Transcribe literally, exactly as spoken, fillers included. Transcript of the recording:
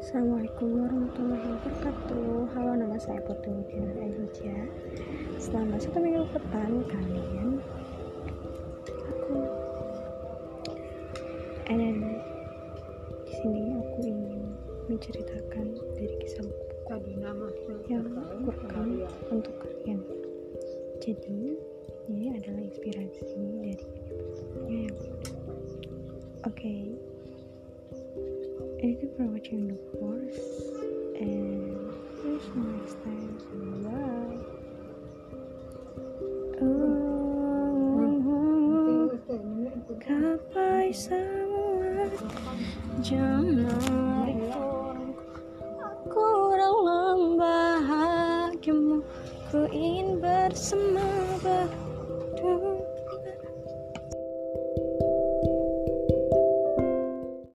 Assalamualaikum warahmatullahi wabarakatuh. Halo, nama saya Putri Mutia Elijah. Selama satu minggu ke depan kalian, aku dan di sini aku ingin menceritakan dari kisah buku yang aku rekam untuk kalian. Jadi ini adalah inspirasi dari bukunya yang oke. Okay. Thank you for watching the course and see you next time. Bye. Oh, gapai semua jangan kurang membahagiamu, ku ingin bersama.